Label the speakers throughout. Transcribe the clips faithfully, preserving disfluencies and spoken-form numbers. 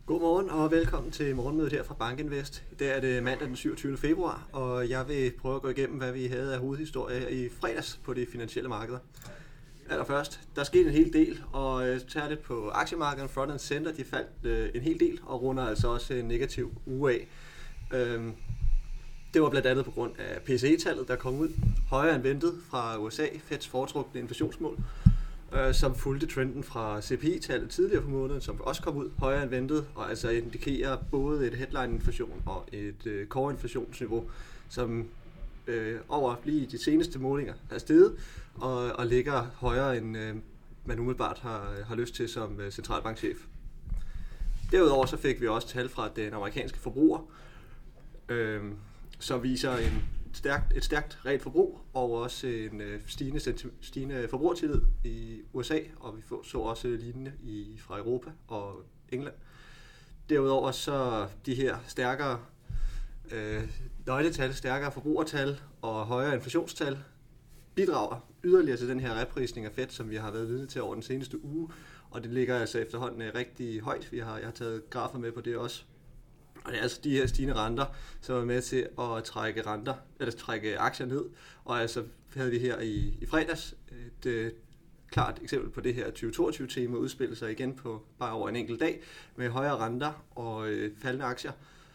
Speaker 1: Godmorgen og velkommen til morgenmødet her fra BankInvest. I dag er det mandag den syvogtyvende februar, og jeg vil prøve at gå igennem, hvad vi havde af hovedhistorie i fredags på de finansielle markeder. Allerførst, der skete en hel del, og øh, særligt på aktiemarkedet, front and center, de faldt øh, en hel del og runder altså også en negativ uge af. Øhm, det var blandt andet på grund af P C E-tallet, der kom ud højere end ventet fra U S A, Feds foretrukne inflationsmål, øh, som fulgte trenden fra C P I-tallet tidligere på måneden, som også kom ud højere end ventet, og altså indikerer både et headline-inflation og et øh, core-inflationsniveau, som øh, over lige de seneste målinger er steget, og, og ligger højere end øh, man umiddelbart har, har lyst til som øh, centralbankchef. Derudover så fik vi også tal fra den amerikanske forbruger, øh, som viser en stærkt, et stærkt reelt forbrug og også en øh, stigende, stigende forbrugertillid i U S A, og vi så også lignende i, fra Europa og England. Derudover så de her stærkere øh, nøgletal, stærkere forbrugertal og højere inflationstal bidrager yderligere til den her reprisning af Fed, som vi har været vidne til over den seneste uge, og det ligger altså efterhånden rigtig højt. Vi har, jeg har taget grafer med på det også. Og det er altså de her stigende renter, som er med til at trække renter, eller trække aktier ned. Og altså havde vi her i, i fredags et øh, klart eksempel på det her tyve toogtyve-tema udspille sig igen på bare over en enkelt dag med højere renter og øh, faldende aktier.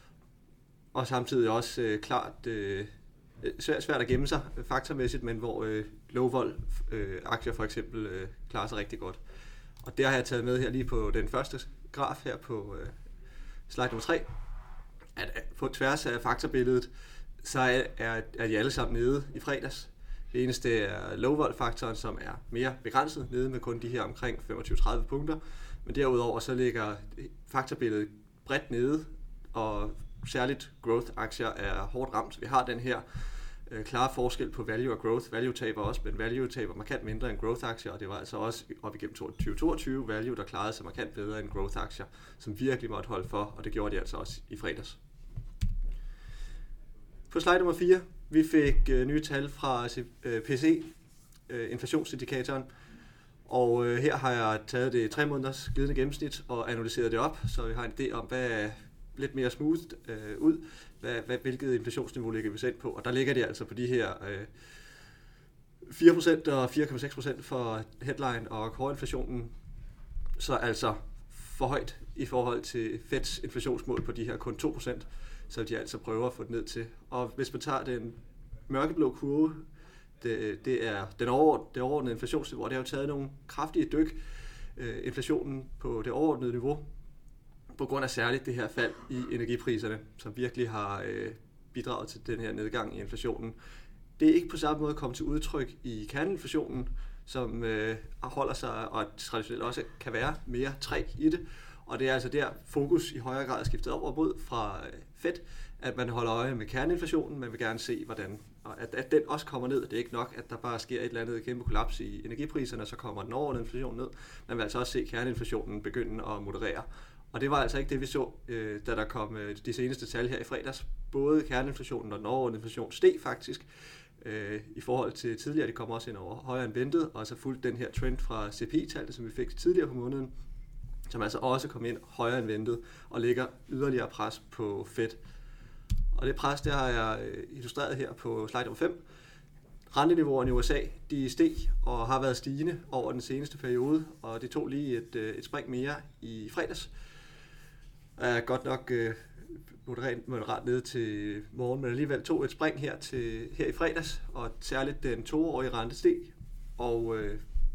Speaker 1: Og samtidig også øh, klart øh, svært, svært at gemme sig faktormæssigt, men hvor øh, low-vol øh, aktier for eksempel øh, klarer sig rigtig godt. Og der har jeg taget med her lige på den første graf her på øh, slide nummer tre, at på tværs af faktorbilledet, så er, er, er de alle sammen nede i fredags. Det eneste er low-vol-faktoren, som er mere begrænset, nede med kun de her omkring femogtyve til tredive punkter. Men derudover så ligger faktorbilledet bredt nede, og særligt growth-aktier er hårdt ramt. Vi har den her øh, klare forskel på value og growth. Value taber også, men value taber markant mindre end growth-aktier, og det var altså også op igennem tyve toogtyve value, der klarede sig markant bedre end growth-aktier, som virkelig måtte holde for, og det gjorde de altså også i fredags. På slide nummer fire, vi fik øh, nye tal fra øh, P C E, øh, inflationsindikatoren, og øh, her har jeg taget det tre måneders glidende gennemsnit og analyseret det op, så vi har en idé om, hvad lidt mere smooth øh, ud, hvad, hvad, hvilket inflationsniveau ligger vi sendt på, og der ligger det altså på de her øh, fire procent og fire komma seks procent for headline og core-inflationen, så altså for højt i forhold til Feds inflationsmål på de her kun to procent, så de altså prøver at få det ned til. Og hvis man tager den mørkeblå kurve, det, det er den over, det overordnede inflationsniveau, og det har jo taget nogle kraftige dyk, øh, inflationen på det overordnede niveau, på grund af særligt det her fald i energipriserne, som virkelig har øh, bidraget til den her nedgang i inflationen. Det er ikke på samme måde kommet til udtryk i kerneinflationen, som øh, holder sig, og traditionelt også kan være mere træg i det. Og det er altså der fokus i højere grad er skiftet op og mod fra øh, Fed, at man holder øje med kerneinflationen. Man vil gerne se, hvordan, og at, at den også kommer ned. Det er ikke nok, at der bare sker et eller andet kæmpe kollaps i energipriserne, og så kommer den overordnede inflation ned. Man vil altså også se kerneinflationen begynde at moderere. Og det var altså ikke det, vi så, øh, da der kom øh, de seneste tal her i fredags. Både kerneinflationen og den overordnede inflation steg faktisk øh, i forhold til tidligere. Det kom også ind over højere end ventet, og så fulgte den her trend fra C P I-tallet, som vi fik tidligere på måneden, som altså også kom ind højere end ventet og lægger yderligere pres på Fed. Og det pres, det har jeg illustreret her på slide nummer fem. Renteniveauerne i U S A, de steg og har været stigende over den seneste periode, og det tog lige et, et spring mere i fredags. Er godt nok øh, moderat, moderat ned til morgen, men alligevel tog et spring her, til, her i fredags, og særligt den toårige rente steg, og, øh,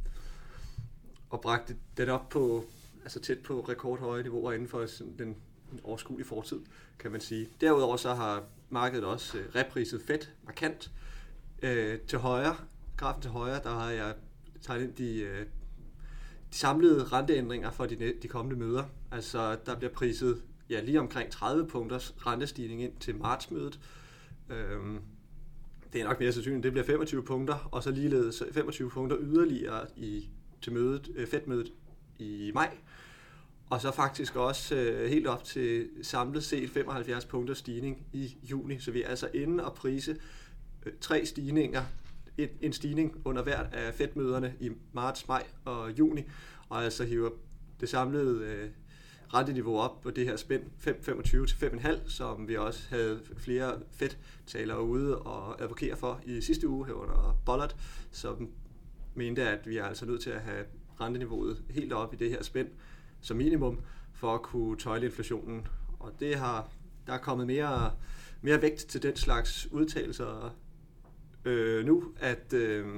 Speaker 1: og bragte den op på, altså tæt på rekordhøje niveauer inden for sådan den, den overskuelige fortid, kan man sige. Derudover så har markedet også øh, repriset Fed markant øh, til højre. Grafen til højre, der har jeg tegnet ind de, øh, de samlede renteændringer for de, de kommende møder. Altså der bliver priset ja, lige omkring tredive punkters rentestigning ind til martsmødet. Øhm, det er nok mere sandsynligt, det bliver femogtyve punkter, og så ligeledes femogtyve punkter yderligere i, til mødet, øh, Fed-mødet i maj. Og så faktisk også øh, helt op til samlet set femoghalvfjerds punkter stigning i juni. Så vi er altså inde og prise øh, tre stigninger, en, en stigning under hvert af Fed-møderne i marts, maj og juni, og altså hiver det samlede øh, renteniveau op på det her spænd fem komma femogtyve til fem komma fem, som vi også havde flere Fed-talere ude og advokere for i sidste uge herunder Bullard, som mente, at vi er altså nødt til at have renteniveauet helt op i det her spænd som minimum, for at kunne tøjle inflationen. Og det har, der er kommet mere, mere vægt til den slags udtalelser øh, nu, at øh,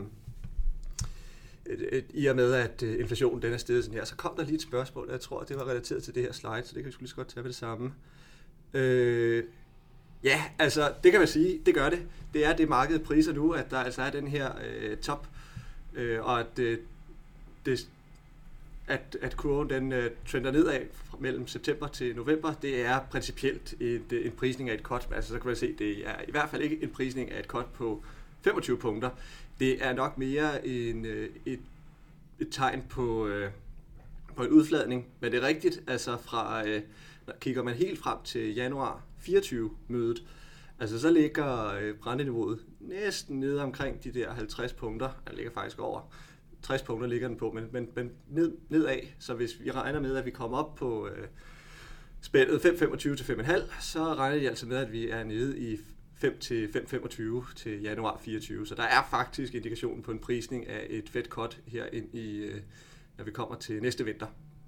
Speaker 1: i og med, at inflationen den er steget sådan her, så kom der lige et spørgsmål, jeg tror, det var relateret til det her slide, så det kan vi sgu lige så godt tage ved det samme. Øh, ja, altså, det kan man sige, det gør det. Det er det markedet priser nu, at der altså er den her øh, top, øh, og at, øh, det, at, at kurven den øh, trender nedad mellem september til november, det er principielt et, en prisning af et cut. Altså, så kan man se, det er i hvert fald ikke en prisning af et cut på femogtyve punkter. Det er nok mere en, et, et tegn på, øh, på en udfladning, men det er rigtigt, altså fra, øh, kigger man helt frem til januar fireogtyve-mødet, altså så ligger øh, renteniveauet næsten nede omkring de der halvtreds punkter, der ligger faktisk over tres punkter ligger den på, men, men, men ned, nedad, så hvis vi regner med, at vi kommer op på øh, spændet fem komma femogtyve til fem komma fem, så regner de altså med, at vi er nede i fem til fem komma femogtyve til januar fireogtyve. Så der er faktisk indikationen på en prisning af et Fed cut her ind i, når vi kommer til næste vinter.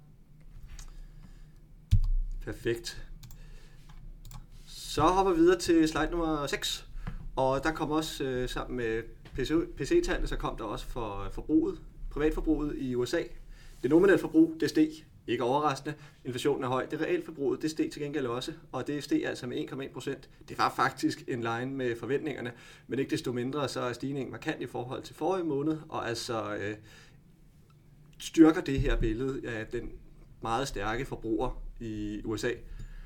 Speaker 1: Perfekt. Så hopper vi videre til slide nummer seks. Og der kommer også øh, sammen med P C E-tallene, så kom der også for forbruget, privatforbruget i U S A. Det nominelle forbrug, det steg. Ikke overraskende. Inflationen er høj. Det reelle forbruget, det steg til gengæld også, og det steg altså med en komma en procent. Det var faktisk en line med forventningerne, men ikke desto mindre, så er stigningen markant i forhold til forrige måned, og altså øh, styrker det her billede af den meget stærke forbruger i U S A.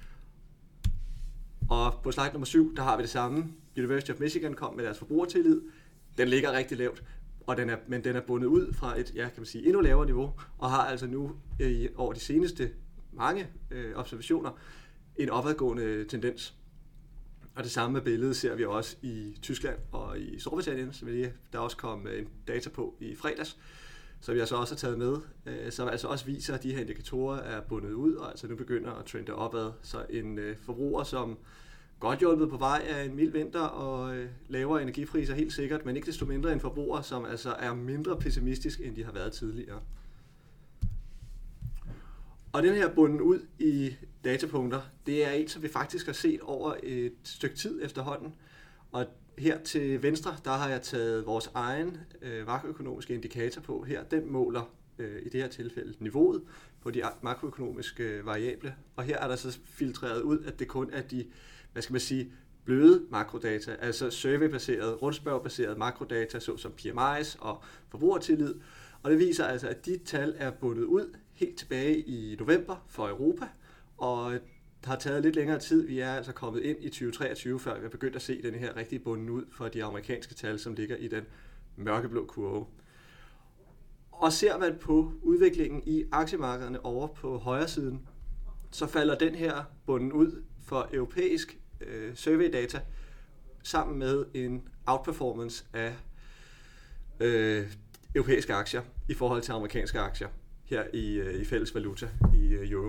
Speaker 1: Og på slide nummer syv, der har vi det samme. University of Michigan kom med deres forbrugertillid. Den ligger rigtig lavt. Og den er, men den er bundet ud fra et, ja, kan man sige, endnu lavere niveau, og har altså nu i, over de seneste mange øh, observationer en opadgående tendens. Og det samme billede ser vi også i Tyskland og i Storbritannien, som vi, der også kom en data på i fredags, som vi altså også har taget med, øh, som altså også viser, at de her indikatorer er bundet ud, og altså nu begynder at trende opad. Så en øh, forbruger, som godt hjulpet på vej af en mild vinter og øh, lavere energipriser helt sikkert, men ikke desto mindre en forbruger, som altså er mindre pessimistisk, end de har været tidligere. Og den her bunden ud i datapunkter, det er en, som vi faktisk har set over et stykke tid efterhånden. Og her til venstre, der har jeg taget vores egen øh, makroøkonomiske indikator på her. Den måler øh, i det her tilfælde niveauet på de makroøkonomiske øh, variable. Og her er der så filtreret ud, at det kun er de, hvad skal man sige, bløde makrodata, altså surveybaseret, rundspørgbaseret makrodata, såsom P M I's og forbrugertillid. Og det viser altså, at de tal er bundet ud helt tilbage i november for Europa, og det har taget lidt længere tid. Vi er altså kommet ind i tyve treogtyve, før vi har begyndt at se den her rigtig bunden ud for de amerikanske tal, som ligger i den mørkeblå kurve. Og ser man på udviklingen i aktiemarkederne over på højre siden, så falder den her bunden ud for europæisk øh, surveydata sammen med en outperformance af øh, europæiske aktier i forhold til amerikanske aktier her i, øh, i fælles valuta i øh, euro.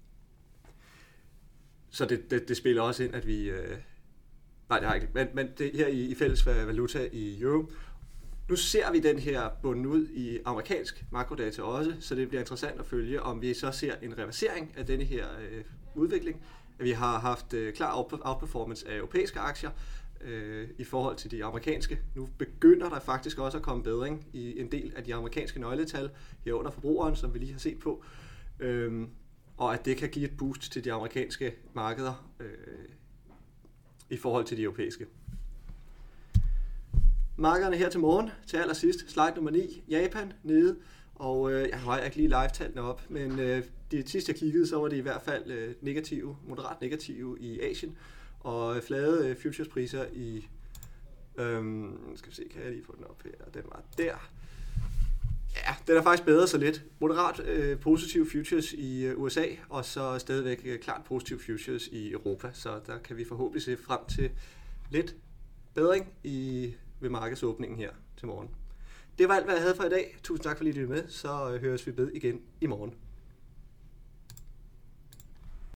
Speaker 1: Så det, det, det spiller også ind, at vi... Øh, nej, det har ikke. Men, men det her i, i fælles valuta i euro. Nu ser vi den her bunden ud i amerikansk makrodata også, så det bliver interessant at følge, om vi så ser en reversering af denne her øh, udvikling. At vi har haft øh, klar outperformance af europæiske aktier øh, i forhold til de amerikanske. Nu begynder der faktisk også at komme bedring i en del af de amerikanske nøgletal herunder forbrugeren, som vi lige har set på. Øh, og at det kan give et boost til de amerikanske markeder øh, i forhold til de europæiske. Markederne her til morgen, til allersidst, slide nummer ni, Japan nede, og øh, jeg har ikke lige live-tallene op, men øh, det sidste jeg kiggede, så var det i hvert fald øh, negative, moderat negative i Asien, og flade øh, futurespriser i, øh, skal vi se, kan jeg lige få den op her, den var der. Ja, den er faktisk bedre så lidt. Moderat øh, positive futures i øh, U S A, og så stadigvæk øh, klart positive futures i Europa, så der kan vi forhåbentlig se frem til lidt bedring i, ved markedsåbningen her til morgen. Det var alt, hvad jeg havde for i dag. Tusind tak, fordi I lyttede med, så øh, høres vi ved igen i morgen.